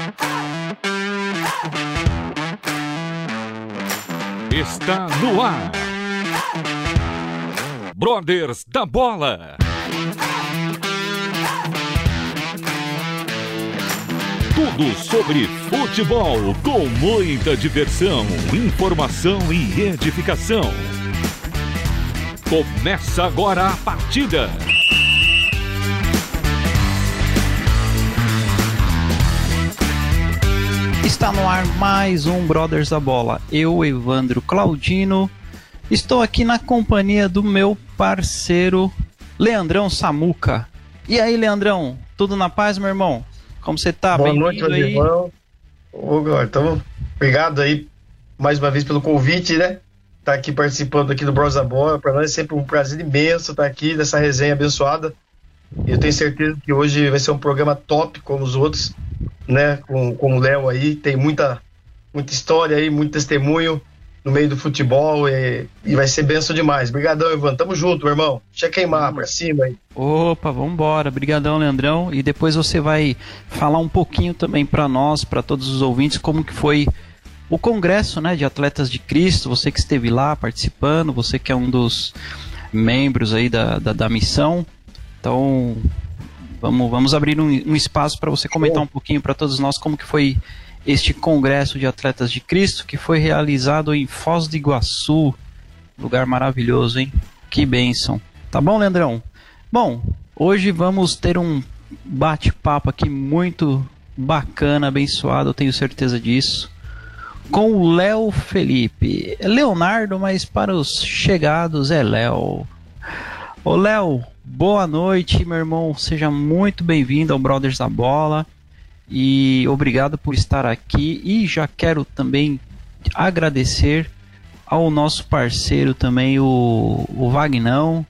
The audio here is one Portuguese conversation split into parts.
Está no ar. Brothers da Bola. Tudo sobre futebol com muita diversão, informação e edificação. Começa agora a partida. Está no ar mais um Brothers da Bola. Eu, Evandro Claudino, estou aqui na companhia do meu parceiro Leandrão Samuca. E aí, Leandrão, tudo na paz, meu irmão? Como você tá? Boa noite, meu aí? irmão. Então, obrigado aí mais uma vez pelo convite, né? Tá aqui participando aqui do Brothers da Bola. Para nós é sempre um prazer imenso estar aqui nessa resenha abençoada. E eu tenho certeza que hoje vai ser um programa top como os outros, né? Com o Léo aí, tem muita história aí, muito testemunho no meio do futebol e vai ser benção demais. Obrigadão, Ivan. Tamo junto, meu irmão. Deixa queimar pra cima aí. Opa, vambora. Obrigadão, Leandrão. E depois você vai falar um pouquinho também pra nós, pra todos os ouvintes, como que foi o congresso, né, de Atletas de Cristo. Você que esteve lá participando, você que é um dos membros aí da missão. Então, vamos abrir um espaço para você comentar um pouquinho para todos nós como que foi este congresso de Atletas de Cristo, que foi realizado em Foz do Iguaçu, lugar maravilhoso, hein? Que bênção. Tá bom, Leandrão? Bom, hoje vamos ter um bate-papo aqui muito bacana, abençoado, eu tenho certeza disso, com o Léo Felipe. É Leonardo, mas para os chegados é Léo. Ô Léo, boa noite, meu irmão, seja muito bem-vindo ao Brothers da Bola e obrigado por estar aqui. E já quero também agradecer ao nosso parceiro também, o Vagnão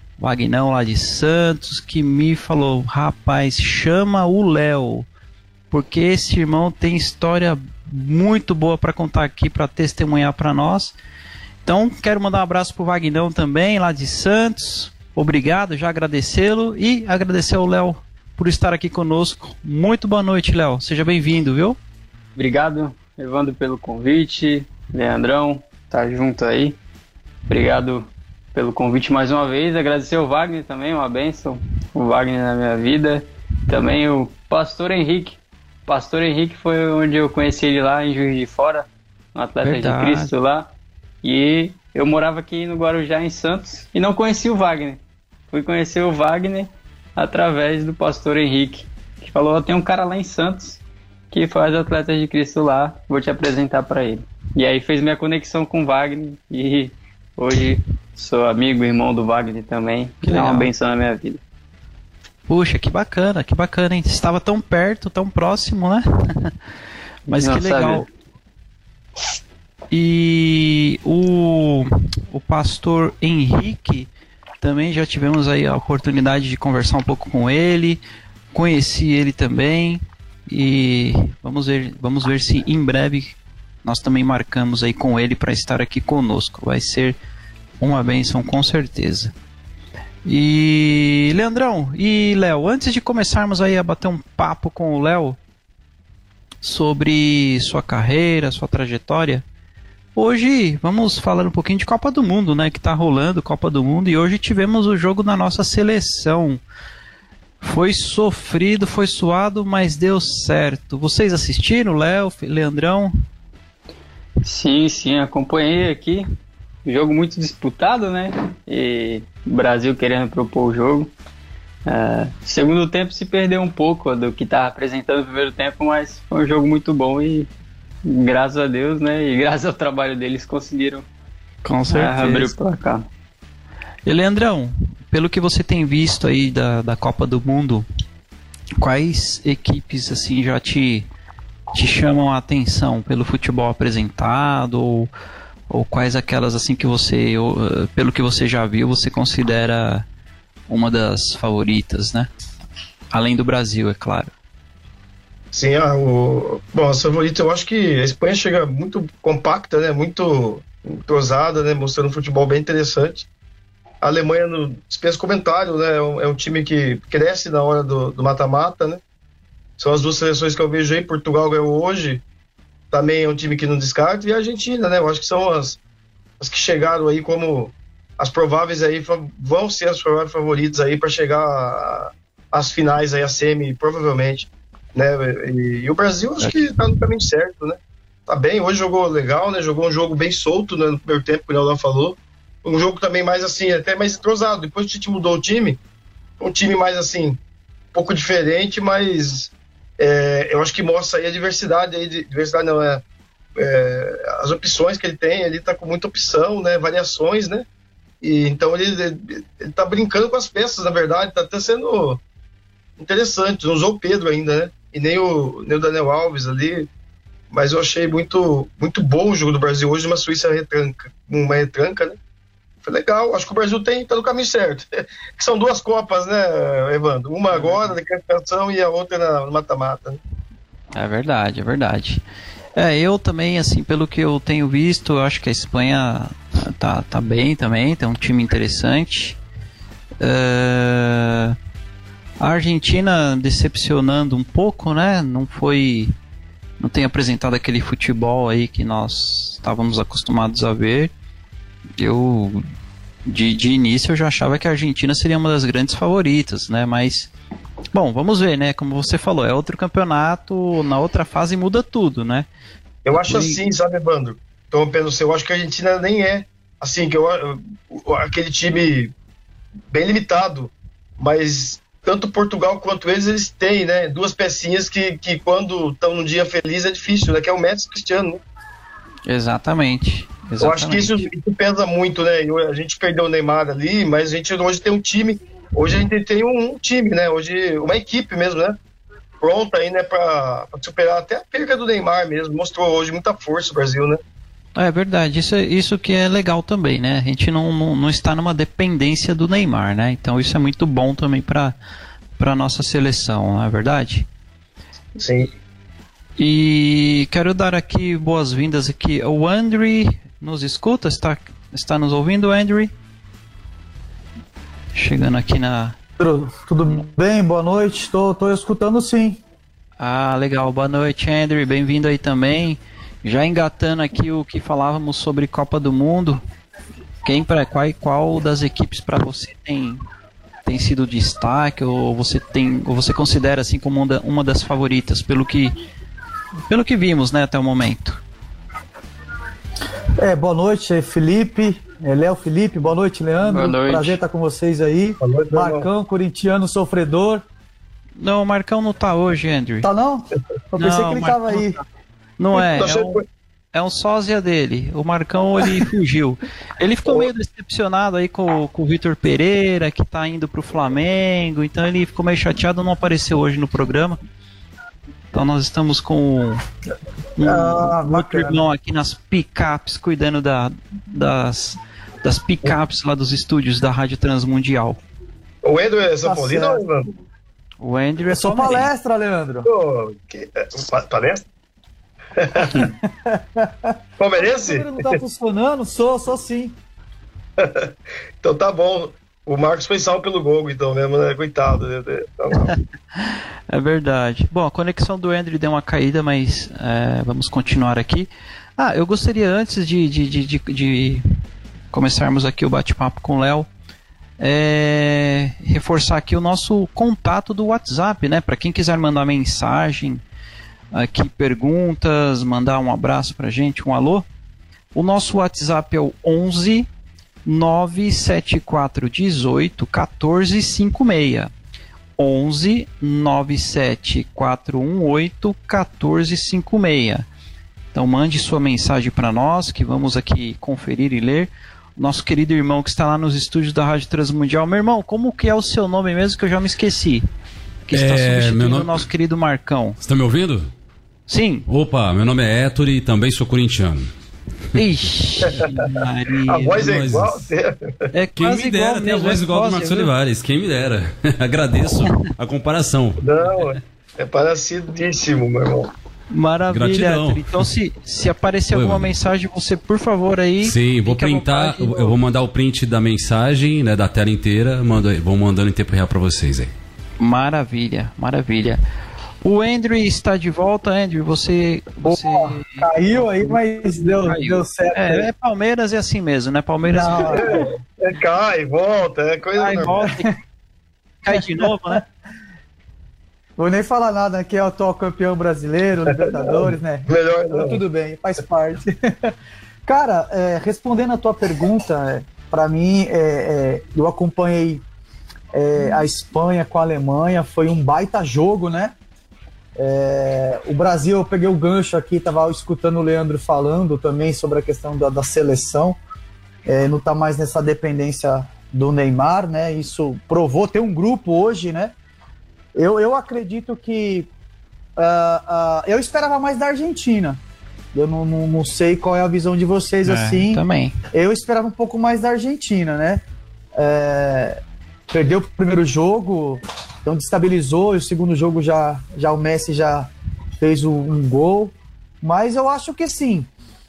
lá de Santos, que me falou: rapaz, chama o Léo, porque esse irmão tem história muito boa para contar aqui, para testemunhar para nós. Então quero mandar um abraço pro Vagnão também, lá de Santos. Obrigado, já agradecê-lo e agradecer ao Léo por estar aqui conosco. Muito boa noite, Léo. Seja bem-vindo, viu? Obrigado, Evandro, pelo convite. Leandrão, tá junto aí. Obrigado pelo convite mais uma vez. Agradecer ao Wagner também, uma bênção. O Wagner na minha vida. Também o Pastor Henrique. O Pastor Henrique foi onde eu conheci ele lá em Juiz de Fora, no Atletas de Cristo lá. E eu morava aqui no Guarujá, em Santos, e não conhecia o Wagner. Fui conhecer o Wagner através do Pastor Henrique, que falou: tem um cara lá em Santos que faz Atletas de Cristo lá, vou te apresentar para ele. E aí fez minha conexão com o Wagner, e hoje sou amigo e irmão do Wagner também, que é uma benção na minha vida. Puxa, que bacana, hein? Você estava tão perto, tão próximo, né? Mas não, que legal. Sabe? E o Pastor Henrique, também já tivemos aí a oportunidade de conversar um pouco com ele, conheci ele também, e vamos ver se em breve nós também marcamos aí com ele para estar aqui conosco. Vai ser uma bênção com certeza. E Leandrão e Léo, antes de começarmos aí a bater um papo com o Léo sobre sua carreira, sua trajetória, hoje vamos falar um pouquinho de Copa do Mundo, né? Que tá rolando Copa do Mundo, e hoje tivemos o jogo da nossa seleção. Foi sofrido, foi suado, mas deu certo. Vocês assistiram, Léo, Leandrão? Sim, acompanhei aqui. Jogo muito disputado, né? E o Brasil querendo propor o jogo. Segundo tempo se perdeu um pouco do que estava apresentando no primeiro tempo, mas foi um jogo muito bom e graças a Deus, né? E graças ao trabalho deles conseguiram abrir o placar. E Leandrão, pelo que você tem visto aí da Copa do Mundo, quais equipes assim já te chamam a atenção pelo futebol apresentado, ou quais aquelas assim que você, pelo que você já viu, você considera uma das favoritas, né? Além do Brasil, é claro. Sim, a favorita, eu acho que a Espanha chega muito compacta, né? Muito entrosada, né? Mostrando um futebol bem interessante. A Alemanha, dispensa comentário, né? É um time que cresce na hora do mata-mata, né? São as duas seleções que eu vejo aí. Portugal ganhou hoje, também é um time que não descarta, e a Argentina, né? Eu acho que são as que chegaram aí como as prováveis aí, vão ser as prováveis favoritas aí para chegar às finais aí, a semi, provavelmente, né? E o Brasil acho que tá no caminho certo, né? Tá bem, hoje jogou legal, né? Jogou um jogo bem solto, né, no primeiro tempo, que o Leonardo falou. Um jogo também mais assim, até mais entrosado. Depois o Tite mudou o time, um time mais assim, um pouco diferente, mas eu acho que mostra aí a diversidade aí, diversidade não, as opções que ele tem, ele tá com muita opção, né? Variações, né? E então ele tá brincando com as peças, na verdade, tá até sendo interessante. Não usou o Pedro ainda, né? E nem o Daniel Alves ali. Mas eu achei muito, muito bom o jogo do Brasil hoje, uma retranca, né? Foi legal, acho que o Brasil tá no caminho certo. São duas Copas, né, Evandro? Uma agora, na classificação, e a outra no mata-mata, né? É verdade, é verdade. Eu também, assim, pelo que eu tenho visto, eu acho que a Espanha tá bem também, tem um time interessante. A Argentina decepcionando um pouco, né? Não tem apresentado aquele futebol aí que nós estávamos acostumados a ver. Eu, de início, eu já achava que a Argentina seria uma das grandes favoritas, né? Mas, bom, vamos ver, né? Como você falou, é outro campeonato, na outra fase muda tudo, né? Eu acho assim, sabe, Evandro? Então, eu acho que a Argentina nem é, assim, aquele time bem limitado, mas tanto Portugal quanto eles têm, né? Duas pecinhas que quando estão num dia feliz é difícil, né? Que é o Messi e o Cristiano, né? Exatamente. Eu acho que isso pesa muito, né? A gente perdeu o Neymar ali, mas a gente hoje tem um time. Hoje a gente tem um time, né? Hoje uma equipe mesmo, né? Pronta aí, né? Pra superar até a perda do Neymar mesmo. Mostrou hoje muita força o Brasil, né? É verdade, isso que é legal também, né? A gente não está numa dependência do Neymar, né? Então isso é muito bom também para nossa seleção, não é verdade? Sim. E quero dar aqui boas-vindas aqui. O André nos escuta? Está nos ouvindo, André? Chegando aqui na... Tudo bem? Boa noite. Estou escutando, sim. Ah, legal. Boa noite, André. Bem-vindo aí também. Já engatando aqui o que falávamos sobre Copa do Mundo. Qual das equipes para você tem sido destaque, ou você considera assim como uma das favoritas, pelo que vimos, né, até o momento? Boa noite, Felipe, Léo Felipe, boa noite, Leandro. Boa noite. Prazer estar com vocês aí. Boa noite, Marcão, corintiano sofredor. Não, o Marcão não tá hoje, Andrew. Tá não? Eu pensei que ele tava aí. Não é um sósia dele. O Marcão, ele fugiu. Ele ficou meio decepcionado aí com o Vitor Pereira, que tá indo pro Flamengo, então ele ficou meio chateado, não apareceu hoje no programa. Então nós estamos com um outro irmão aqui nas picapes, cuidando das picapes lá dos estúdios da Rádio Transmundial. O Andrew é São Paulino ou Leandro? O Andrew é só palestra, Leandro. Palestra? Palmeirense? Não tá funcionando? Sou sim. Então tá bom. O Marcos foi salvo pelo gol, então mesmo, né? Coitado. É verdade. Bom, a conexão do Andrew deu uma caída, mas vamos continuar aqui. Eu gostaria, antes de começarmos aqui o bate-papo com o Léo, reforçar aqui o nosso contato do WhatsApp, né? Para quem quiser mandar mensagem aqui, perguntas, mandar um abraço pra gente, um alô. O nosso WhatsApp é o 11 97418 1456. 11 97418 1456. Então mande sua mensagem para nós, que vamos aqui conferir e ler. Nosso querido irmão que está lá nos estúdios da Rádio Transmundial. Meu irmão, como que é o seu nome mesmo, que eu já me esqueci? Que está substituindo o nosso querido Marcão. Você está me ouvindo? Sim. Opa, meu nome é Héctor e também sou corintiano. Ixi, Maria. A voz é igual. Quem me dera ter a voz igual do Marcos Olivares. Quem me dera. Agradeço a comparação. Não, é parecidíssimo, meu irmão. Maravilha, Héctor. Então se aparecer alguma mensagem, você, por favor, aí... Sim, vou printar, eu vou mandar o print da mensagem, né, da tela inteira, vou mandando em tempo real para vocês aí. Maravilha, maravilha. O Andrew está de volta, Andrew. Você caiu aí, mas deu certo. É Palmeiras é assim mesmo, né? Palmeiras cai, volta, é coisa cai, volta, cai de novo, né? Vou nem falar nada, aqui é o atual campeão brasileiro, Libertadores, né? Melhor não. Tudo bem, faz parte. Cara, respondendo a tua pergunta, para mim, eu acompanhei a Espanha com a Alemanha, foi um baita jogo, né? O Brasil, eu peguei o gancho aqui, estava escutando o Leandro falando também sobre a questão da seleção, não está mais nessa dependência do Neymar, né? Isso provou, tem um grupo hoje, né? Eu acredito que eu esperava mais da Argentina. Eu não sei qual é a visão de vocês assim. Também. Eu esperava um pouco mais da Argentina, né? Perdeu o primeiro jogo, então destabilizou, e o segundo jogo já o Messi já fez um gol, mas eu acho que sim,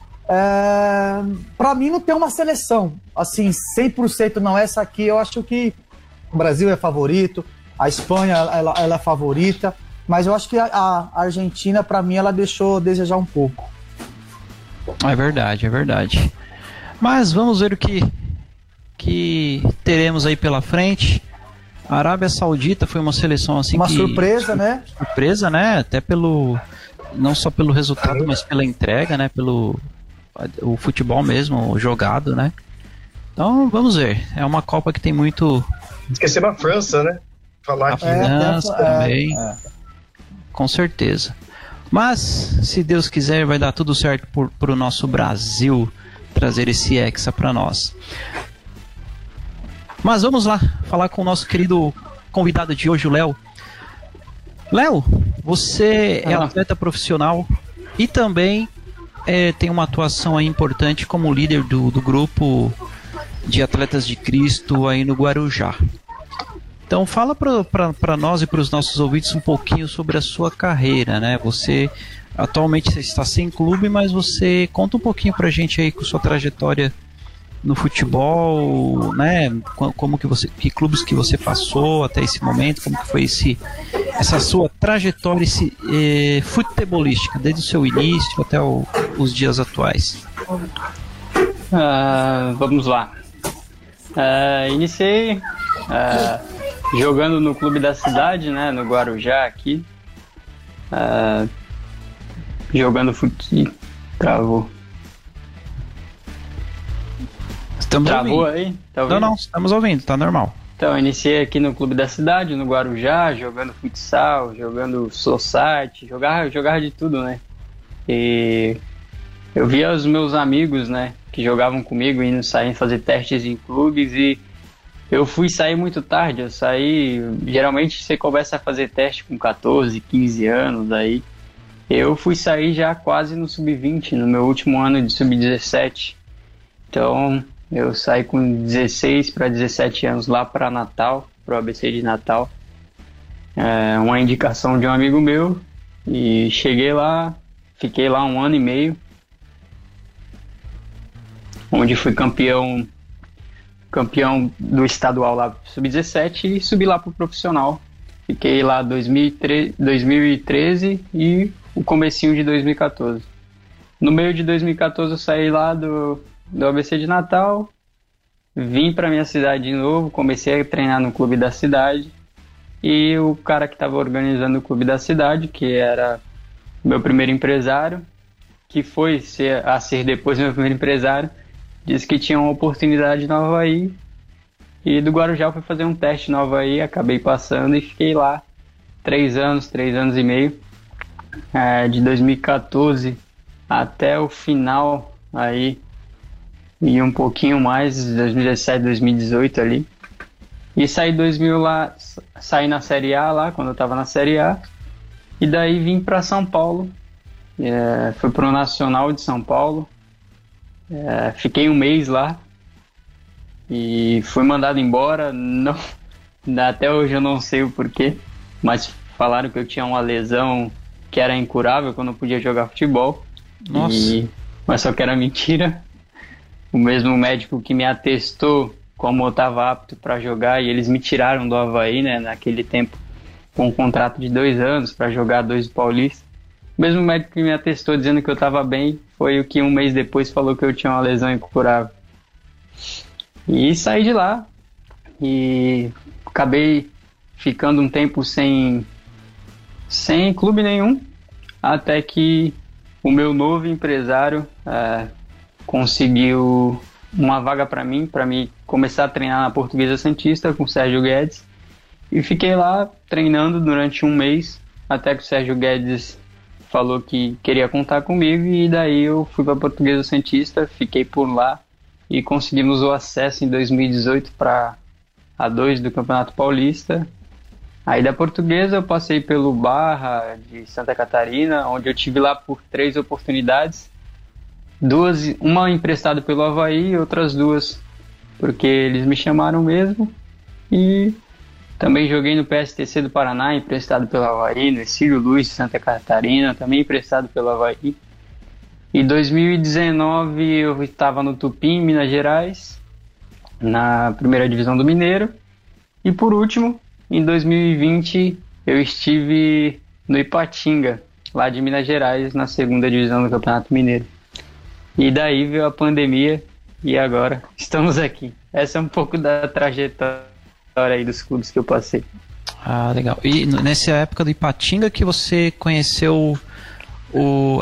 para mim não tem uma seleção, assim, 100% não, essa aqui eu acho que o Brasil é favorito, a Espanha ela é favorita, mas eu acho que a Argentina, para mim, ela deixou a desejar um pouco. É verdade. Mas vamos ver o que teremos aí pela frente. A Arábia Saudita foi uma seleção assim surpresa, né? Surpresa, né? Até não só pelo resultado, mas pela entrega, né? Pelo o futebol mesmo jogado, né? Então vamos ver. É uma Copa que tem muito. Esquecemos a França, né? Falar a França também. Com certeza. Mas se Deus quiser, vai dar tudo certo pro nosso Brasil trazer esse hexa para nós. Mas vamos lá, falar com o nosso querido convidado de hoje, o Léo. Léo, você é atleta profissional e também tem uma atuação aí importante como líder do grupo de Atletas de Cristo aí no Guarujá. Então fala para nós e para os nossos ouvintes um pouquinho sobre a sua carreira, né? Você atualmente está sem clube, mas você conta um pouquinho para a gente aí com sua trajetória no futebol, né? Como que clubes que você passou até esse momento, como que foi essa sua trajetória futebolística, desde o seu início até os dias atuais. Vamos lá. Iniciei jogando no clube da cidade, né? No Guarujá aqui. Jogando futebol. Travou. Travou aí? Tá ouvindo? Não, estamos ouvindo, tá normal. Então, iniciei aqui no clube da cidade, no Guarujá, jogando futsal, jogando society, jogava de tudo, né? E eu via os meus amigos, né, que jogavam comigo, saírem fazer testes em clubes, e eu fui sair muito tarde. Eu saí, geralmente você começa a fazer teste com 14, 15 anos, aí eu fui sair já quase no sub-20, no meu último ano de sub-17. Então eu saí com 16 para 17 anos lá para Natal, para o ABC de Natal. Uma indicação de um amigo meu, e cheguei lá, fiquei lá 1 ano e meio, onde fui campeão do estadual lá sub-17 e subi lá pro profissional. Fiquei lá 2013 e o comecinho de 2014. No meio de 2014 eu saí lá do ABC de Natal, vim para minha cidade de novo, comecei a treinar no clube da cidade, e o cara que estava organizando o clube da cidade, que era meu primeiro empresário, que foi a ser depois meu primeiro empresário, disse que tinha uma oportunidade no Avaí, e do Guarujá eu fui fazer um teste no Avaí, acabei passando e fiquei lá 3 anos e meio, de 2014 até o final aí, e um pouquinho mais, 2017, 2018 ali. E saí saí na Série A lá, quando eu tava na Série A, e daí vim para São Paulo, fui pro Nacional de São Paulo, fiquei 1 mês lá, e fui mandado embora. Não, até hoje eu não sei o porquê, mas falaram que eu tinha uma lesão que era incurável, que eu não podia jogar futebol. Nossa. Mas só que era mentira. O mesmo médico que me atestou como eu estava apto para jogar, e eles me tiraram do Avaí, né? Naquele tempo com um contrato de 2 anos para jogar 2 do Paulista. O mesmo médico que me atestou dizendo que eu estava bem foi o que um mês depois falou que eu tinha uma lesão incurável. E saí de lá e acabei ficando um tempo sem clube nenhum, até que o meu novo empresário conseguiu uma vaga para mim começar a treinar na Portuguesa Santista com o Sérgio Guedes. E fiquei lá treinando durante um mês, até que o Sérgio Guedes falou que queria contar comigo, e daí eu fui para a Portuguesa Santista, fiquei por lá e conseguimos o acesso em 2018 para A2 do Campeonato Paulista. Aí da Portuguesa eu passei pelo Barra de Santa Catarina, onde eu tive lá por 3 oportunidades, uma emprestada pelo Avaí e outras 2 porque eles me chamaram mesmo. E também joguei no PSTC do Paraná, emprestado pelo Avaí, no Ercílio Luz de Santa Catarina, também emprestado pelo Avaí. Em 2019 eu estava no Tupim, Minas Gerais, na primeira divisão do Mineiro. E por último, em 2020 eu estive no Ipatinga, lá de Minas Gerais, na segunda divisão do Campeonato Mineiro. E daí veio a pandemia e agora estamos aqui. Essa é um pouco da trajetória aí dos clubes que eu passei. Ah, legal. E nessa época do Ipatinga que você conheceu o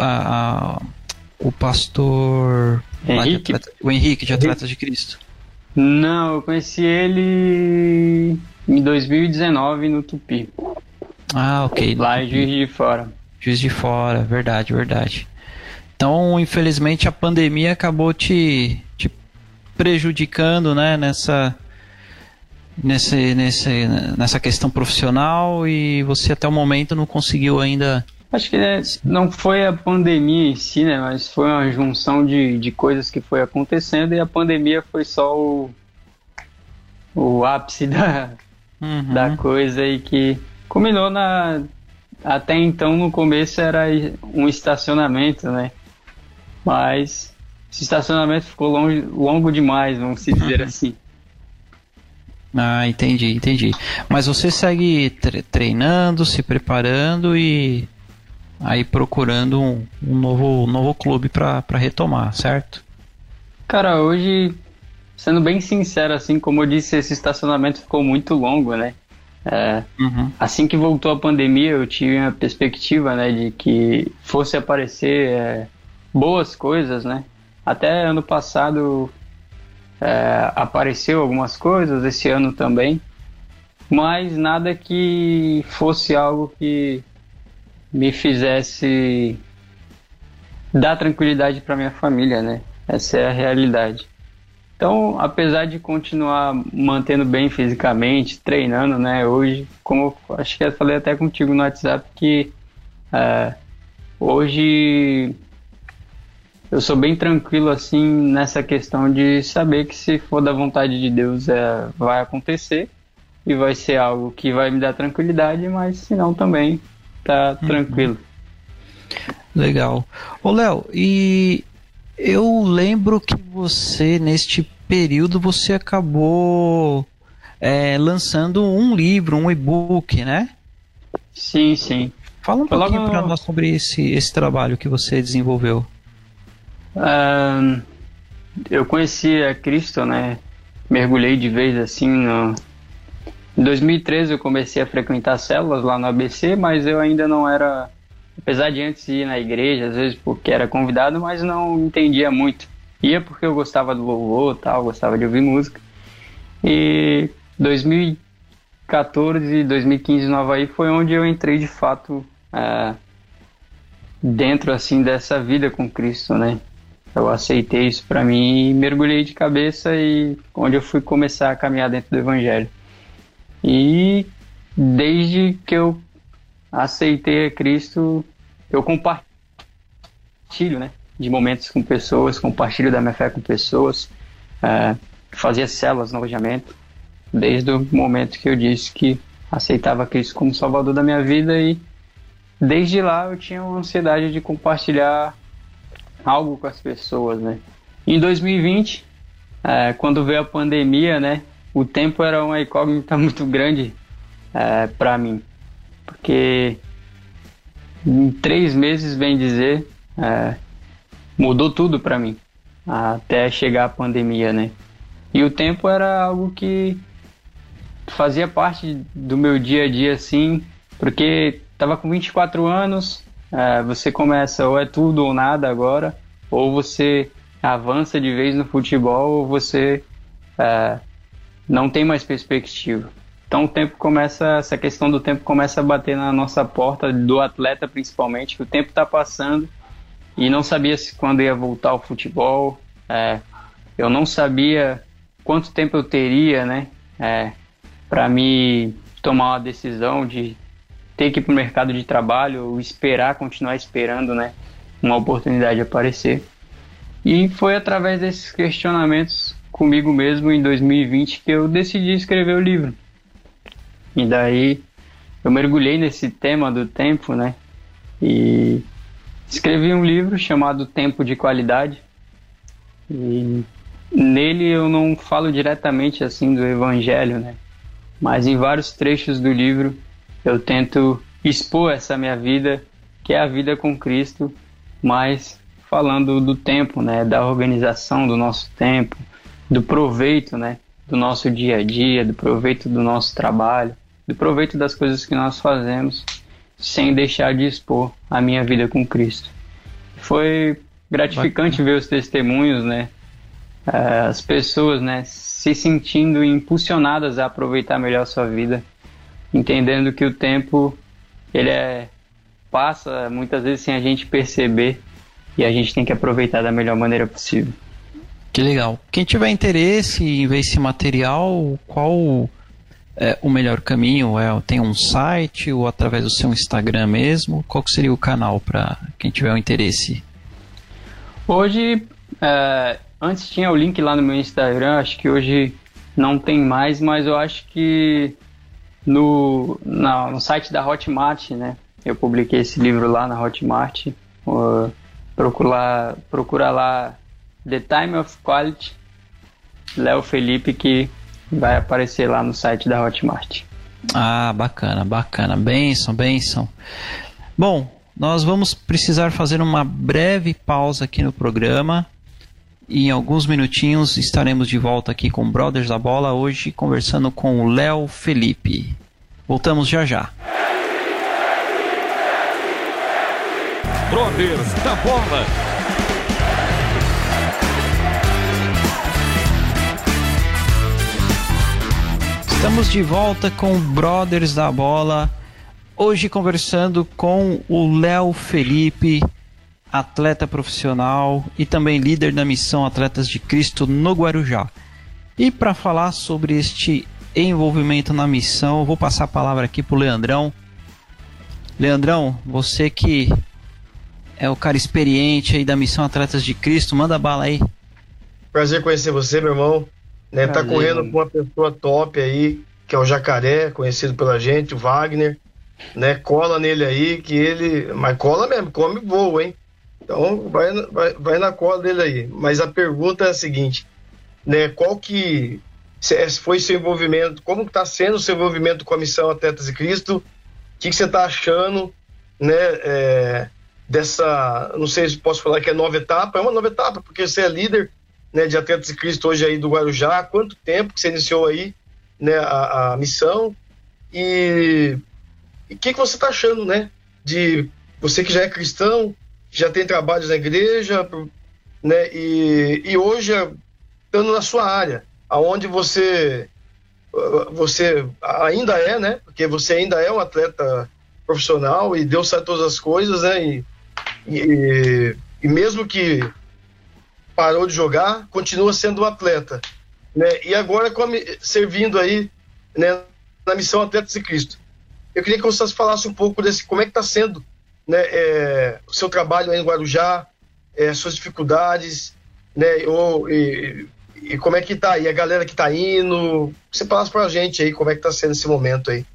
pastor Henrique? O Henrique de Atletas de Cristo? Não, eu conheci ele em 2019 no Tupi. Ah, ok. Lá em Juiz de Fora. Juiz de Fora, verdade. Então, infelizmente, a pandemia acabou te prejudicando, né, nessa questão profissional, e você até o momento não conseguiu ainda... Acho que não foi a pandemia em si, né, mas foi uma junção de coisas que foi acontecendo, e a pandemia foi só o ápice da coisa, e que culminou até então, no começo era um estacionamento, né, mas esse estacionamento ficou longo demais, vamos se dizer assim. Ah, entendi. Mas você segue treinando, se preparando e aí procurando um novo clube para retomar, certo? Cara, hoje, sendo bem sincero, assim, como eu disse, esse estacionamento ficou muito longo, né? Assim que voltou a pandemia, eu tive a perspectiva, né, de que fosse aparecer boas coisas, né? Até ano passado apareceu algumas coisas, esse ano também, mas nada que fosse algo que me fizesse dar tranquilidade para minha família, né? Essa é a realidade. Então, apesar de continuar mantendo bem fisicamente, treinando, né? Hoje, como eu acho que eu falei até contigo no WhatsApp, que hoje eu sou bem tranquilo assim nessa questão de saber que, se for da vontade de Deus, vai acontecer e vai ser algo que vai me dar tranquilidade, mas se não também tá tranquilo. Legal. Ô Léo, e eu lembro que você, neste período, você acabou lançando um livro, um e-book, né? Sim. Fala um pouquinho para nós sobre esse trabalho que você desenvolveu. Eu conheci a Cristo, né? Mergulhei de vez assim Em 2013 eu comecei a frequentar células lá no ABC, mas eu ainda não era, apesar de antes ir na igreja, às vezes porque era convidado, mas não entendia muito. Ia porque eu gostava do louvor, tal, gostava de ouvir música. E 2014, 2015 no Avaí foi onde eu entrei de fato dentro assim dessa vida com Cristo, né? Eu aceitei isso para mim e mergulhei de cabeça, e onde eu fui começar a caminhar dentro do Evangelho. E desde que eu aceitei a Cristo, eu compartilho, né, de momentos com pessoas, compartilho da minha fé com pessoas, fazia células no alojamento, desde o momento que eu disse que aceitava Cristo como Salvador da minha vida, e desde lá eu tinha uma ansiedade de compartilhar algo com as pessoas, né. Em 2020, quando veio a pandemia, né, o tempo era uma incógnita muito grande para mim. porque em 3 meses, bem dizer, mudou tudo para mim, até chegar a pandemia, né? E o tempo era algo que fazia parte do meu dia a dia, assim, porque estava com 24 anos, você começa ou é tudo ou nada agora, ou você avança de vez no futebol, ou você não tem mais perspectiva. Então essa questão do tempo começa a bater na nossa porta, do atleta principalmente, que o tempo está passando e não sabia quando ia voltar ao futebol. Eu não sabia quanto tempo eu teria, né, para me tomar uma decisão de ter que ir para o mercado de trabalho, ou continuar esperando, né, uma oportunidade aparecer. E foi através desses questionamentos comigo mesmo em 2020 que eu decidi escrever o livro. E daí eu mergulhei nesse tema do tempo, né? E escrevi um livro chamado Tempo de Qualidade. E nele eu não falo diretamente assim do evangelho, né? Mas em vários trechos do livro eu tento expor essa minha vida, que é a vida com Cristo, mas falando do tempo, né? Da organização do nosso tempo, do proveito, né? Do nosso dia a dia, do proveito do nosso trabalho, do proveito das coisas que nós fazemos, sem deixar de expor a minha vida com Cristo. Foi gratificante ver os testemunhos, né? As pessoas, né, se sentindo impulsionadas a aproveitar melhor a sua vida, entendendo que o tempo ele passa muitas vezes sem a gente perceber, e a gente tem que aproveitar da melhor maneira possível. Que legal. Quem tiver interesse em ver esse material, qual é o melhor caminho? Tem um site ou através do seu Instagram mesmo? Qual que seria o canal para quem tiver um interesse? Hoje, antes tinha o link lá no meu Instagram, acho que hoje não tem mais, mas eu acho que no site da Hotmart, né? Eu publiquei esse livro lá na Hotmart. Procura lá The Time of Quality, Léo Felipe, que vai aparecer lá no site da Hotmart. Bacana. Bênção. Bom, nós vamos precisar fazer uma breve pausa aqui no programa. E em alguns minutinhos estaremos de volta aqui com Brothers da Bola, hoje conversando com o Léo Felipe. Voltamos já já. Brothers da Bola. Estamos de volta com Brothers da Bola, hoje conversando com o Léo Felipe, atleta profissional e também líder da missão Atletas de Cristo no Guarujá. E para falar sobre este envolvimento na missão, eu vou passar a palavra aqui para o Leandrão. Leandrão, você que é o cara experiente aí da missão Atletas de Cristo, manda bala aí. Prazer conhecer você, meu irmão. Né, tá correndo com uma pessoa top aí, que é o Jacaré, conhecido pela gente, o Wagner, né? Cola nele aí, que ele... Mas cola mesmo, come voa, hein? Então vai na cola dele aí. Mas a pergunta é a seguinte, né? Qual que foi seu envolvimento, como que tá sendo o seu envolvimento com a missão Atletas de Cristo? O que você tá achando, né? Dessa, não sei se posso falar que é nova etapa, é uma nova etapa, porque você é líder, né, de Atletas de Cristo hoje aí do Guarujá. Há quanto tempo que você iniciou aí, né, a missão? E o que você está achando, né, de você que já é cristão, já tem trabalhos na igreja, né, e hoje estando na sua área, aonde você ainda é, né, porque você ainda é um atleta profissional e Deus sabe todas as coisas, né, e mesmo que parou de jogar, continua sendo um atleta, né? E agora servindo aí, né, na missão Atletas de Cristo. Eu queria que você falasse um pouco desse, como é que está sendo, né, o seu trabalho aí no Guarujá, suas dificuldades, né, e como é que está aí a galera que está indo. Você falasse para a gente aí como é que está sendo esse momento aí.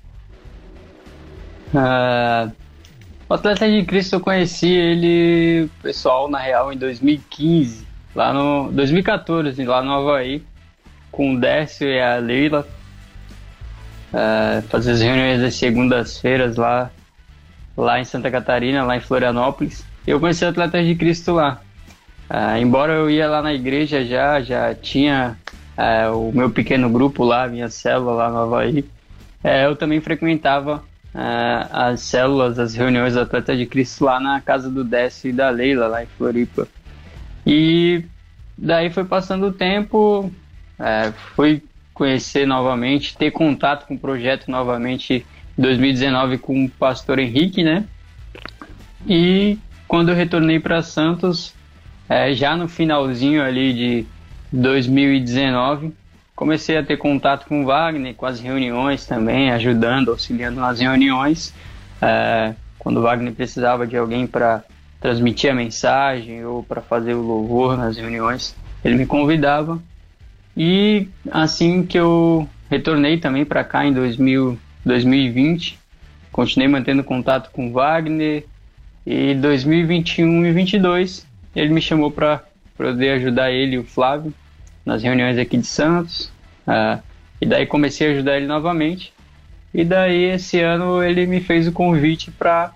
O Atletas de Cristo eu conheci ele, pessoal, na real, em 2015. Lá no 2014, lá no Havaí, com o Décio e a Leila. fazer as reuniões das segundas-feiras lá em Santa Catarina, lá em Florianópolis. Eu conheci Atletas de Cristo lá. Embora eu ia lá na igreja já tinha o meu pequeno grupo lá, minha célula lá no Havaí. Eu também frequentava as células, as reuniões do Atletas de Cristo lá na casa do Décio e da Leila, lá em Floripa. E daí foi passando o tempo, fui conhecer novamente, ter contato com o projeto novamente em 2019 com o pastor Henrique, né? E quando eu retornei para Santos, já no finalzinho ali de 2019, comecei a ter contato com o Wagner, com as reuniões também, ajudando, auxiliando nas reuniões. Quando o Wagner precisava de alguém para transmitir a mensagem ou para fazer o louvor nas reuniões, ele me convidava. E assim que eu retornei também para cá em 2020, continuei mantendo contato com o Wagner. E 2021 e 2022 ele me chamou para poder ajudar ele e o Flávio nas reuniões aqui de Santos. E daí comecei a ajudar ele novamente. E daí esse ano ele me fez o convite para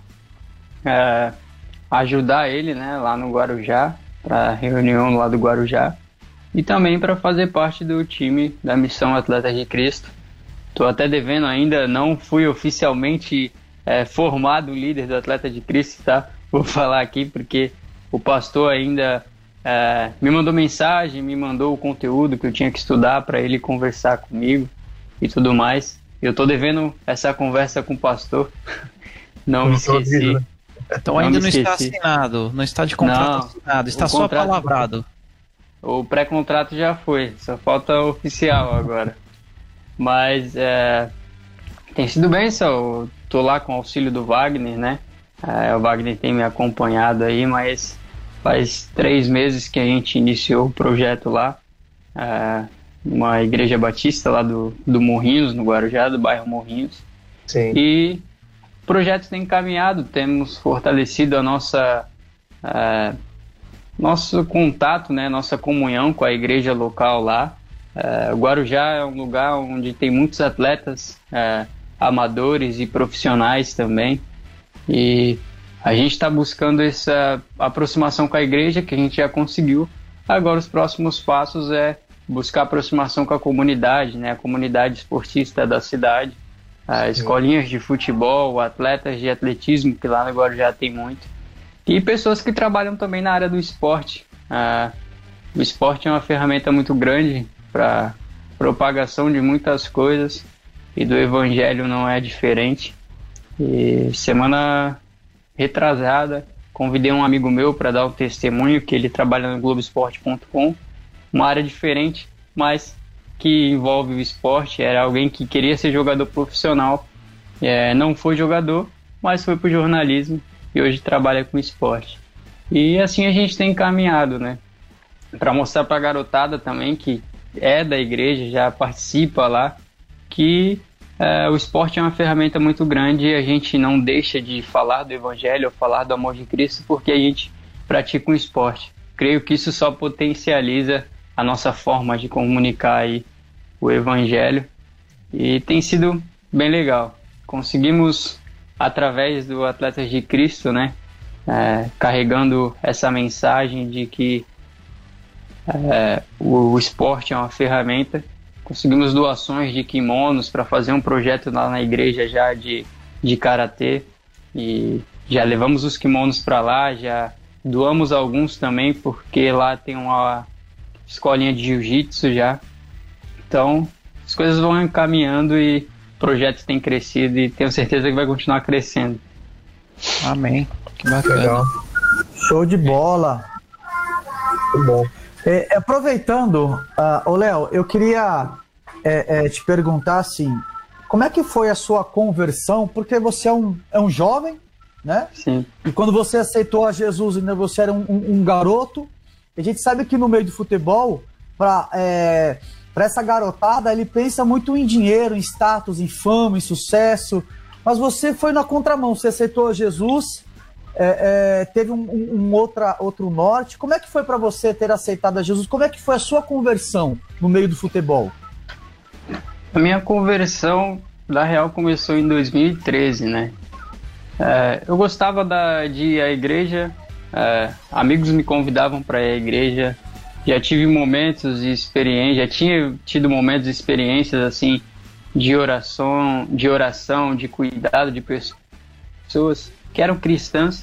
ajudar ele, né, lá no Guarujá, para a reunião lá do Guarujá. E também para fazer parte do time da Missão Atletas de Cristo. Estou até devendo ainda, não fui oficialmente formado líder do Atleta de Cristo, tá? Vou falar aqui porque o pastor ainda me mandou mensagem, me mandou o conteúdo que eu tinha que estudar para ele conversar comigo e tudo mais. Eu estou devendo essa conversa com o pastor. Não me esqueci. Então ainda não está assinado, não está de contrato assinado, está só palavrado. O pré-contrato já foi, só falta o oficial agora. Mas tem sido bem, só estou lá com o auxílio do Wagner, né? O Wagner tem me acompanhado aí, mas faz 3 meses que a gente iniciou o projeto lá, uma igreja batista lá do Morrinhos, no Guarujá, do bairro Morrinhos. Sim. E o projeto tem caminhado, temos fortalecido a nosso contato, né, nossa comunhão com a igreja local lá. O Guarujá é um lugar onde tem muitos atletas amadores e profissionais também. E a gente está buscando essa aproximação com a igreja, que a gente já conseguiu. Agora os próximos passos é buscar aproximação com a comunidade, né, a comunidade esportista da cidade, escolinhas de futebol, atletas de atletismo, que lá no Guarujá tem muito. E pessoas que trabalham também na área do esporte. O esporte é uma ferramenta muito grande para propagação de muitas coisas, e do evangelho não é diferente. E semana retrasada, convidei um amigo meu para dar um testemunho, que ele trabalha no Globoesporte.com, uma área diferente, mas que envolve o esporte. Era alguém que queria ser jogador profissional, não foi jogador, mas foi para o jornalismo e hoje trabalha com esporte. E assim a gente tem caminhado, né? Para mostrar para a garotada também, que é da igreja, já participa lá, que o esporte é uma ferramenta muito grande e a gente não deixa de falar do evangelho ou falar do amor de Cristo porque a gente pratica um esporte. Creio que isso só potencializa a nossa forma de comunicar aí o evangelho, e tem sido bem legal. Conseguimos, através do Atletas de Cristo, né, carregando essa mensagem de que o esporte é uma ferramenta, conseguimos doações de kimonos para fazer um projeto lá na igreja já de karatê, e já levamos os kimonos para lá, já doamos alguns também, porque lá tem uma escolinha de jiu-jitsu já. Então as coisas vão encaminhando e o projeto tem crescido e tenho certeza que vai continuar crescendo. Amém. Que bacana. Legal. Show de bola. Muito bom. Aproveitando, Léo, eu queria te perguntar assim, como é que foi a sua conversão? Porque você é um jovem, né? Sim. E quando você aceitou a Jesus, ainda você era um garoto. A gente sabe que no meio do futebol, para essa garotada, ele pensa muito em dinheiro, em status, em fama, em sucesso. Mas você foi na contramão, você aceitou a Jesus, teve outro norte. Como é que foi para você ter aceitado a Jesus? Como é que foi a sua conversão no meio do futebol? A minha conversão da real começou em 2013, né? Eu gostava de ir à igreja, amigos me convidavam para ir à igreja, já tive momentos de experiência, já tinha tido momentos de experiências assim de oração, de cuidado de pessoas que eram cristãs.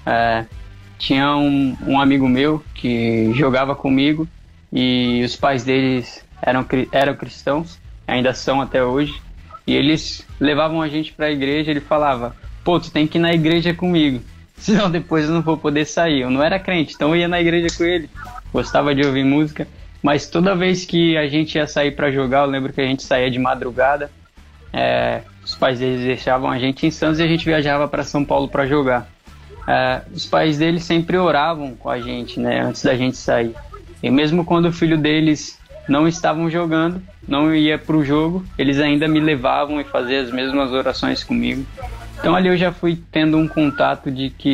Tinha um amigo meu que jogava comigo e os pais deles eram cristãos, ainda são até hoje, e eles levavam a gente para a igreja. Ele falava: pô, tu tem que ir na igreja comigo, senão depois eu não vou poder sair. Eu não era crente, então eu ia na igreja com ele, gostava de ouvir música, mas toda vez que a gente ia sair para jogar, eu lembro que a gente saía de madrugada, os pais deles deixavam a gente em Santos e a gente viajava para São Paulo para jogar. Os pais deles sempre oravam com a gente, né, antes da gente sair. E mesmo quando o filho deles não estavam jogando, não ia para o jogo, eles ainda me levavam e faziam as mesmas orações comigo. Então ali eu já fui tendo um contato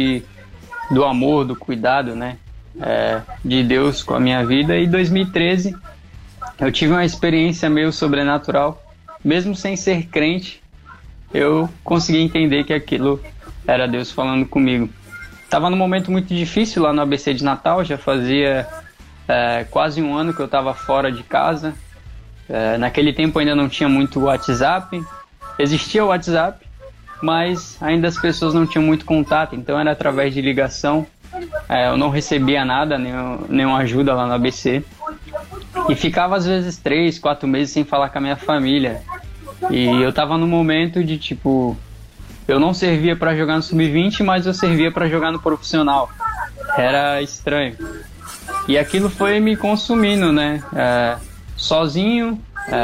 do amor, do cuidado, né, de Deus com a minha vida. E em 2013 eu tive uma experiência meio sobrenatural. Mesmo sem ser crente, eu consegui entender que aquilo era Deus falando comigo. Estava num momento muito difícil lá no ABC de Natal, já fazia quase um ano que eu estava fora de casa. Naquele tempo ainda não tinha muito WhatsApp, existia o WhatsApp, mas ainda as pessoas não tinham muito contato, então era através de ligação. Eu não recebia nada, nenhuma ajuda lá no ABC, e ficava às vezes 3, 4 meses sem falar com a minha família. E eu estava num momento de tipo, eu não servia para jogar no Sub-20, mas eu servia para jogar no profissional. Era estranho. E aquilo foi me consumindo, né? Sozinho,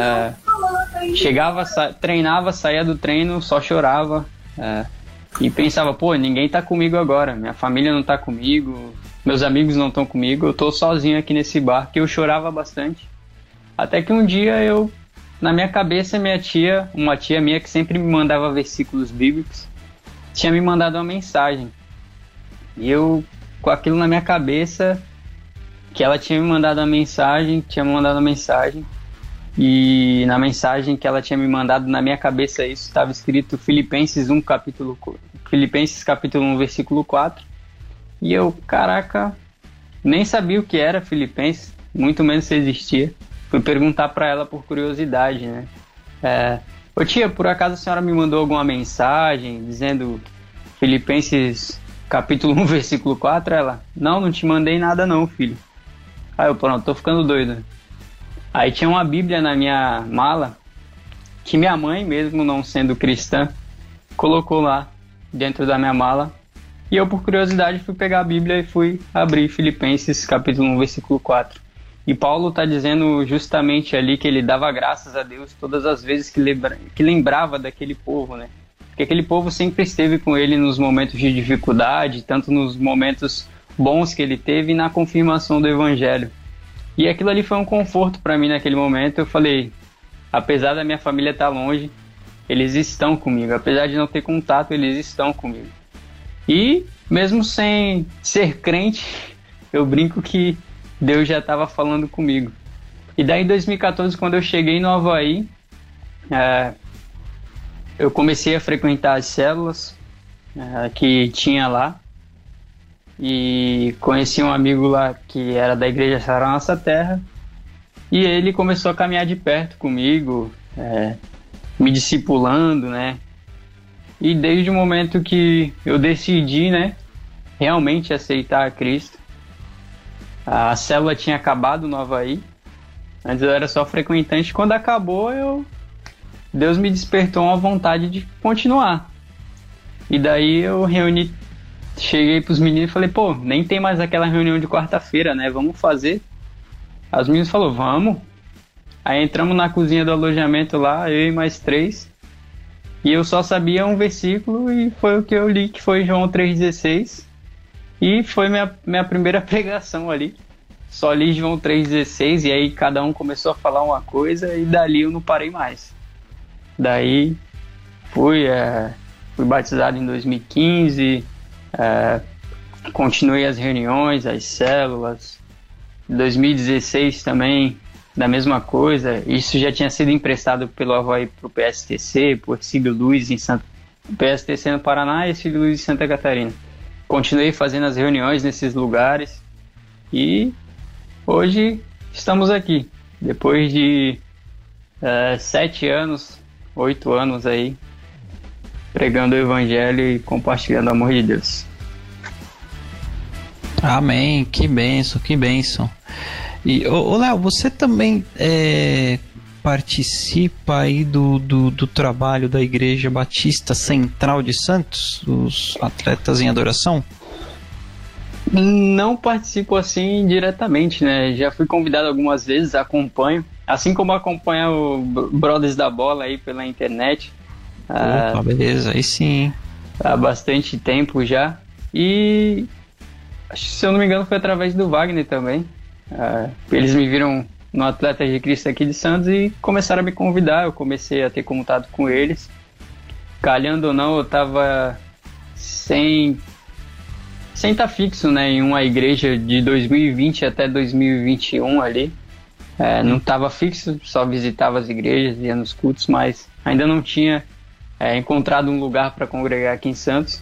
chegava, treinava, saía do treino, só chorava. E pensava, pô, ninguém tá comigo agora. Minha família não tá comigo, meus amigos não estão comigo, eu tô sozinho aqui nesse bar. Que eu chorava bastante. Até que um dia na minha cabeça, uma tia minha que sempre me mandava versículos bíblicos, tinha me mandado uma mensagem. E eu, com aquilo na minha cabeça, que ela tinha me mandado uma mensagem, e na mensagem que ela tinha me mandado, na minha cabeça isso estava escrito Filipenses capítulo 1, versículo 4. E eu, caraca, nem sabia o que era Filipenses, muito menos se existia. Fui perguntar para ela por curiosidade, né? Ô tia, por acaso a senhora me mandou alguma mensagem dizendo Filipenses capítulo 1, versículo 4? Ela: não te mandei nada não, filho. Aí eu, pronto, tô ficando doido. Aí tinha uma Bíblia na minha mala, que minha mãe, mesmo não sendo cristã, colocou lá dentro da minha mala. E eu, por curiosidade, fui pegar a Bíblia e fui abrir Filipenses capítulo 1, versículo 4. E Paulo está dizendo justamente ali que ele dava graças a Deus todas as vezes que lembrava daquele povo, né? Porque aquele povo sempre esteve com ele nos momentos de dificuldade, tanto nos momentos bons que ele teve e na confirmação do Evangelho. E aquilo ali foi um conforto para mim naquele momento. Eu falei, apesar da minha família estar longe, eles estão comigo. Apesar de não ter contato, eles estão comigo. E mesmo sem ser crente, eu brinco que Deus já estava falando comigo. E daí em 2014, quando eu cheguei no Avaí, eu comecei a frequentar as células que tinha lá. E conheci um amigo lá que era da igreja Sara Nossa Terra. E ele começou a caminhar de perto comigo, me discipulando, né? E desde o momento que eu decidi, né, realmente aceitar a Cristo, a célula tinha acabado no Avaí. Antes eu era só frequentante. Quando acabou, Deus me despertou uma vontade de continuar. E daí eu cheguei pros meninos e falei, pô, nem tem mais aquela reunião de quarta-feira, né? Vamos fazer. As meninas falaram, vamos. Aí entramos na cozinha do alojamento lá, eu e mais 3. E eu só sabia um versículo e foi o que eu li, que foi João 3,16. E foi minha primeira pregação ali. Só li João 3,16 e aí cada um começou a falar uma coisa e dali eu não parei mais. Daí fui batizado em 2015, continuei as reuniões, as células. Em 2016 também da mesma coisa. Isso já tinha sido emprestado pelo Avaí para o PSTC, por Ercílio Luz em PSTC no Paraná e Ercílio Luz em Santa Catarina. Continuei fazendo as reuniões nesses lugares e hoje estamos aqui, depois de 7 anos, 8 anos aí, pregando o Evangelho e compartilhando o amor de Deus. Amém, que bênção, que bênção. E, Léo, você também participa aí do trabalho da Igreja Batista Central de Santos, os Atletas em Adoração? Não participo assim diretamente, né? Já fui convidado algumas vezes, acompanho, assim como acompanho o Brothers da Bola aí pela internet. Opa, beleza, aí sim. Há bastante tempo já. E se eu não me engano foi através do Wagner também. Eles me viram no Atletas de Cristo aqui de Santos e começaram a me convidar. Eu comecei a ter contato com eles. Calhando ou não, eu tava sem estar fixo, né, em uma igreja de 2020 até 2021 ali. Não estava fixo, só visitava as igrejas, ia nos cultos, mas ainda não tinha encontrado um lugar para congregar aqui em Santos.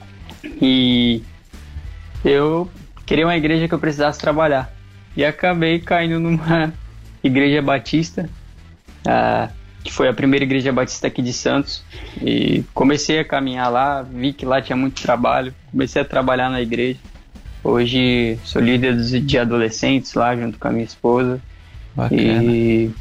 E eu queria uma igreja que eu precisasse trabalhar. E acabei caindo numa igreja batista, que foi a primeira igreja batista aqui de Santos. E comecei a caminhar lá, vi que lá tinha muito trabalho, comecei a trabalhar na igreja. Hoje sou líder de adolescentes lá, junto com a minha esposa. Bacana. E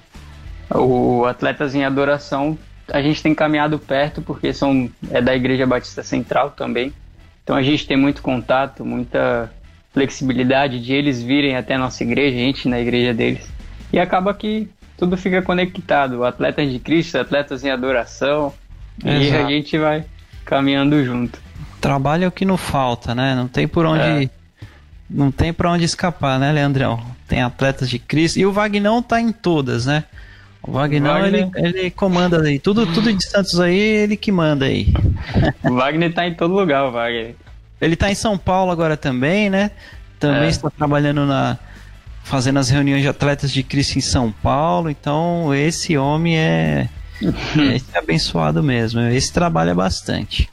o Atletas em Adoração, a gente tem caminhado perto, porque é da Igreja Batista Central também. Então a gente tem muito contato, muita flexibilidade de eles virem até a nossa igreja, a gente na igreja deles. E acaba que tudo fica conectado. Atletas de Cristo, Atletas em Adoração. Exato. E a gente vai caminhando junto. Trabalho é o que não falta, né? Não tem por onde... Não tem pra onde escapar, né, Leandrão? Tem Atletas de Cristo. E o Vagnão tá em todas, né? O Vagnão, ele comanda aí. Tudo de Santos aí, ele que manda aí. O Wagner tá em todo lugar, o Wagner. Ele tá em São Paulo agora também, né? Também está trabalhando fazendo as reuniões de Atletas de Cristo em São Paulo. Então, esse homem é abençoado mesmo. Esse trabalha bastante.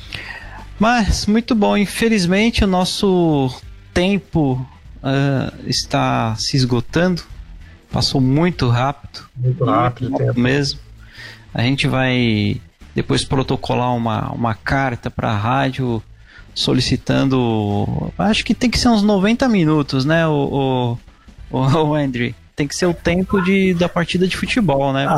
Mas, muito bom. Infelizmente, o nosso tempo está se esgotando. Passou muito rápido. Muito rápido mesmo. A gente vai depois protocolar uma carta para a rádio solicitando... Acho que tem que ser uns 90 minutos, né, o Andrew? Tem que ser o tempo da partida de futebol, né?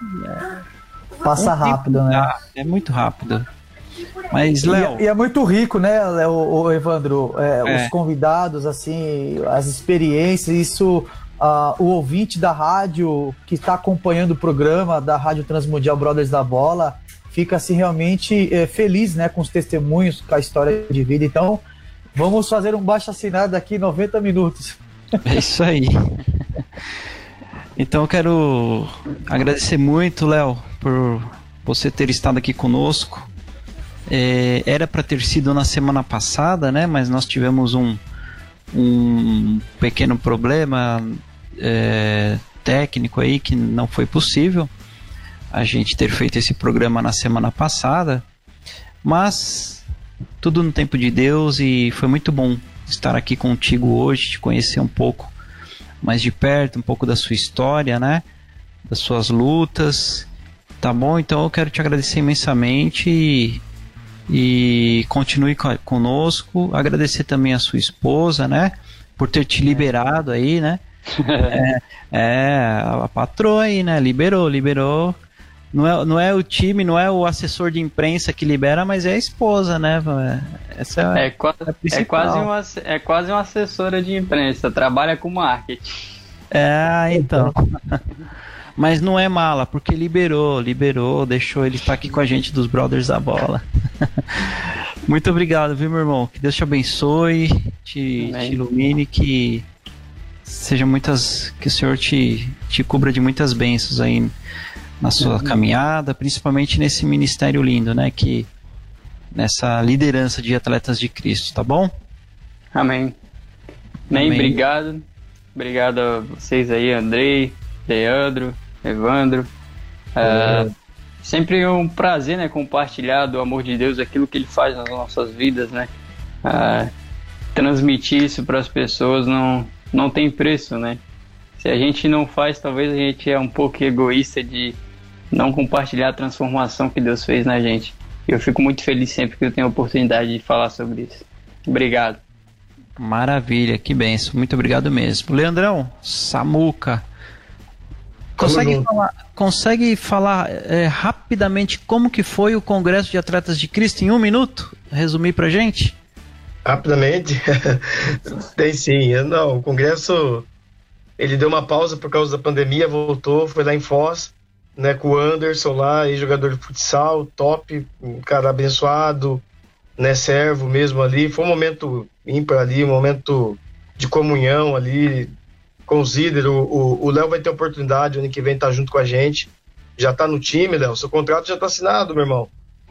Passa rápido, né? É muito rápido. Mas, Léo... E é muito rico, né, o Evandro? Os convidados, assim, as experiências, isso... o ouvinte da rádio que está acompanhando o programa da Rádio Transmundial Brothers da Bola fica assim realmente feliz, né, com os testemunhos, com a história de vida. Então vamos fazer um baixo-assinado daqui em 90 minutos. É isso aí. Então eu quero agradecer muito, Léo, por você ter estado aqui conosco. Era para ter sido na semana passada, né, mas nós tivemos um pequeno problema técnico aí que não foi possível a gente ter feito esse programa na semana passada, mas tudo no tempo de Deus, e foi muito bom estar aqui contigo hoje, te conhecer um pouco mais de perto, um pouco da sua história, né, das suas lutas, tá bom? Então eu quero te agradecer imensamente e continue conosco. Agradecer também a sua esposa, né, por ter te liberado aí, né? A patroa aí, né? Liberou. Não é o time, não é o assessor de imprensa que libera, mas é a esposa, né? Essa é quase uma assessora de imprensa, trabalha com marketing. Então. Mas não é mala, porque liberou, deixou ele estar aqui com a gente dos Brothers da Bola. Muito obrigado, viu, meu irmão? Que Deus te abençoe, te ilumine, que o Senhor te cubra de muitas bênçãos aí na sua caminhada, principalmente nesse ministério lindo, né? Nessa liderança de Atletas de Cristo, tá bom? Amém. Amém. Obrigado. Obrigado a vocês aí, Andrei, Leandro, Evandro. Sempre um prazer, né, compartilhar do amor de Deus, aquilo que Ele faz nas nossas vidas, né? Transmitir isso para as pessoas não tem preço, né? Se a gente não faz, talvez a gente é um pouco egoísta de não compartilhar a transformação que Deus fez na gente. Eu fico muito feliz sempre que eu tenho a oportunidade de falar sobre isso. Obrigado. Maravilha, que benção. Muito obrigado mesmo. Leandrão, Samuca, consegue falar rapidamente como que foi o Congresso de Atletas de Cristo em 1 minuto? Resumir pra gente? Rapidamente? Tem sim. Não, o Congresso, ele deu uma pausa por causa da pandemia, voltou, foi lá em Foz, né, com o Anderson lá, jogador de futsal, top, um cara abençoado, né, servo mesmo ali. Foi um momento ímpar ali, um momento de comunhão ali com os líderes. O Léo vai ter oportunidade ano que vem estar junto com a gente. Já tá no time, Léo, seu contrato já tá assinado, meu irmão.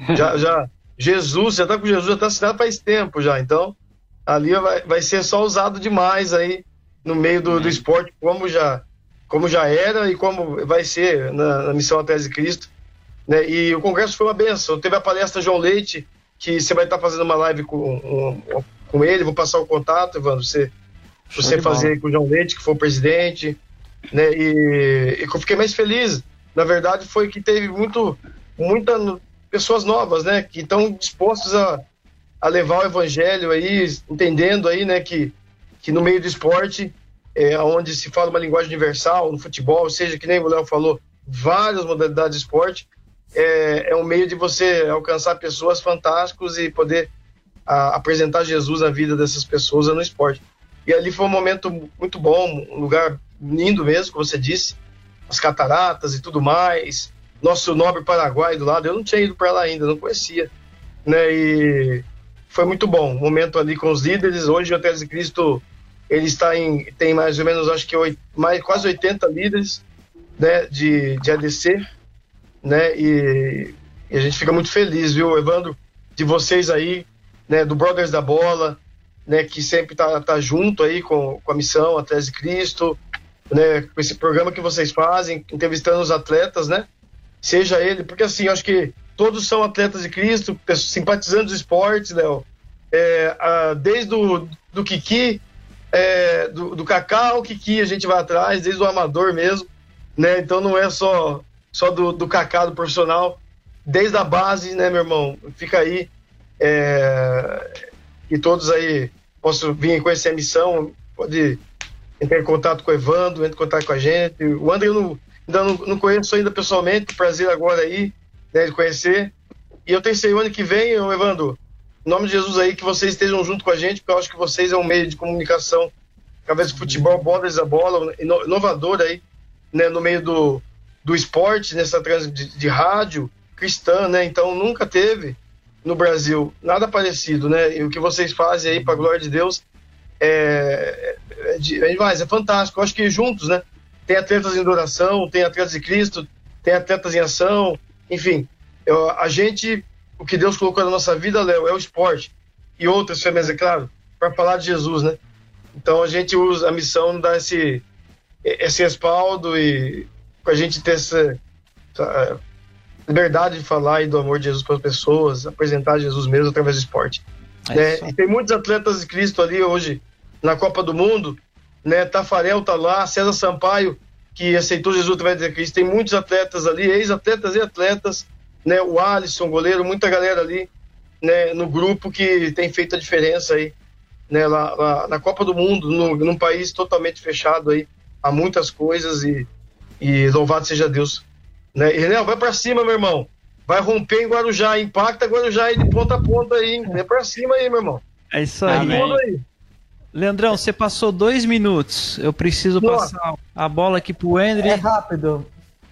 Jesus, já tá com Jesus, já tá assinado faz tempo já. Então, ali vai ser só usado demais aí no meio do esporte, como já era e como vai ser na Missão Atletas de Cristo, né? E o congresso foi uma benção. Teve a palestra João Leite, que você vai estar fazendo uma live com ele. Vou passar o contato, Evandro, você fazer com o João Leite, que foi o presidente, né? E que eu fiquei mais feliz, na verdade, foi que teve muitas pessoas novas, né, que estão dispostos a levar o evangelho aí, entendendo aí, né, que no meio do esporte, onde se fala uma linguagem universal, no futebol, seja que nem o Léo falou, várias modalidades de esporte, é um meio de você alcançar pessoas fantásticas e poder apresentar Jesus na vida dessas pessoas no esporte. E ali foi um momento muito bom, um lugar lindo mesmo, como você disse, as cataratas e tudo mais, nosso nobre Paraguai do lado. Eu não tinha ido para lá ainda, não conhecia, né? E foi muito bom, um momento ali com os líderes. Hoje o Atletas de Cristo, ele tem mais ou menos, acho que quase 80 líderes, né, de ADC, né? E a gente fica muito feliz, viu, Evandro, de vocês aí, né, do Brothers da Bola, né, que sempre tá junto aí com a missão Atletas de Cristo, né, com esse programa que vocês fazem, entrevistando os atletas, né, seja ele, porque assim, eu acho que todos são atletas de Cristo, simpatizantes dos esportes, Léo, desde do Kiki, do Kaká ao Kiki a gente vai atrás, desde o amador mesmo, né, então não é só do Kaká, do profissional, desde a base, né, meu irmão, fica aí, e todos aí possam vir conhecer a missão, pode entrar em contato com o Evandro, entre em contato com a gente. O André eu ainda não conheço ainda pessoalmente, prazer agora aí, né, de conhecer. E eu tenho o ano que vem, Evandro, em nome de Jesus aí, que vocês estejam junto com a gente, porque eu acho que vocês é um meio de comunicação, através do futebol, Brothers da Bola, inovador aí, né, no meio do esporte, nessa de rádio cristã, né, então nunca teve no Brasil nada parecido, né, e o que vocês fazem aí, para a glória de Deus, é fantástico. Eu acho que juntos, né, tem atletas em adoração, tem atletas de Cristo, tem atletas em ação, enfim, o que Deus colocou na nossa vida, Léo, é o esporte e outras ferramentas, é claro, para falar de Jesus, né, então a gente usa a missão, dá esse respaldo e para a gente ter essa liberdade de falar e do amor de Jesus para as pessoas, apresentar Jesus mesmo através do esporte. Né? E tem muitos atletas de Cristo ali hoje na Copa do Mundo, né? Tafarel tá lá, César Sampaio, que aceitou Jesus através de Cristo, tem muitos atletas ali, ex-atletas e atletas, né? O Alisson, goleiro, muita galera ali, né? No grupo que tem feito a diferença aí, né? Lá na Copa do Mundo, num país totalmente fechado aí, há muitas coisas e louvado seja Deus, né? E Léo, vai pra cima, meu irmão. Vai romper em Guarujá, impacta Guarujá aí de ponta a ponta aí, hein? É pra cima aí, meu irmão. É isso aí. Leandrão, você passou 2 minutos. Eu preciso passar a bola aqui pro André. É rápido.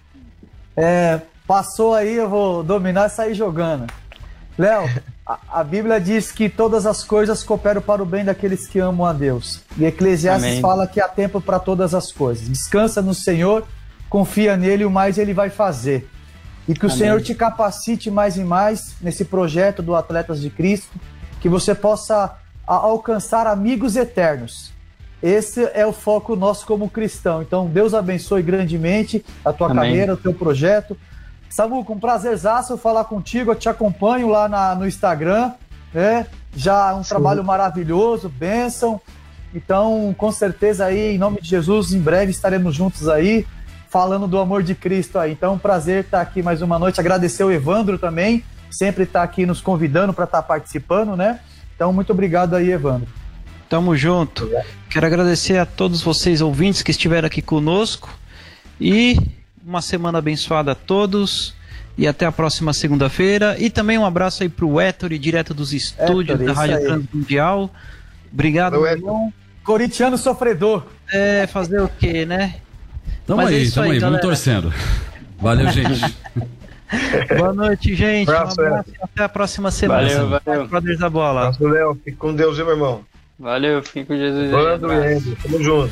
Passou aí, eu vou dominar e sair jogando. Léo, a Bíblia diz que todas as coisas cooperam para o bem daqueles que amam a Deus. E Eclesiastes fala que há tempo para todas as coisas. Descansa no Senhor, confia nele, o mais ele vai fazer. E que o Senhor te capacite mais e mais nesse projeto do Atletas de Cristo, que você possa alcançar amigos eternos. esse é o foco nosso como cristão. Então, Deus abençoe grandemente a tua carreira, o teu projeto. Samuca, um prazerzaço falar contigo, eu te acompanho lá no Instagram, né? Já um trabalho maravilhoso, bênção. Então, com certeza aí, em nome de Jesus, em breve estaremos juntos aí, falando do amor de Cristo aí. Então, um prazer estar aqui mais uma noite. Agradecer o Evandro também, sempre está aqui nos convidando para estar participando, né? Então, muito obrigado aí, Evandro. Tamo junto. Quero agradecer a todos vocês ouvintes que estiveram aqui conosco e uma semana abençoada a todos e até a próxima segunda-feira. E também um abraço aí pro Ettore, direto dos estúdios da Rádio Transmundial. Obrigado, meu irmão. Corintiano sofredor. Fazer o quê, né? Tamo aí, vamos torcendo. Valeu, gente. Boa noite, gente. Um abraço e até a próxima semana. Valeu. Brothers da Bola. Abraço, Léo. Fique com Deus, meu irmão. Valeu, fique com Jesus. Tamo junto.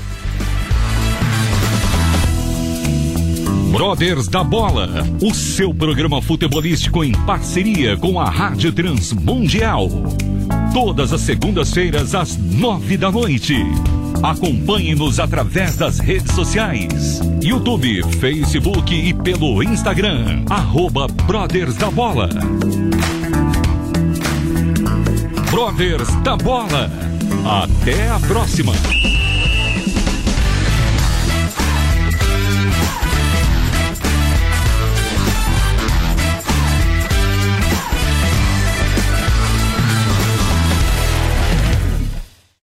Brothers da Bola, o seu programa futebolístico em parceria com a Rádio Transmundial. Todas as segundas-feiras às 9 da noite. Acompanhe-nos através das redes sociais, YouTube, Facebook e pelo Instagram, @Brothers da Bola. Brothers da Bola. Até a próxima.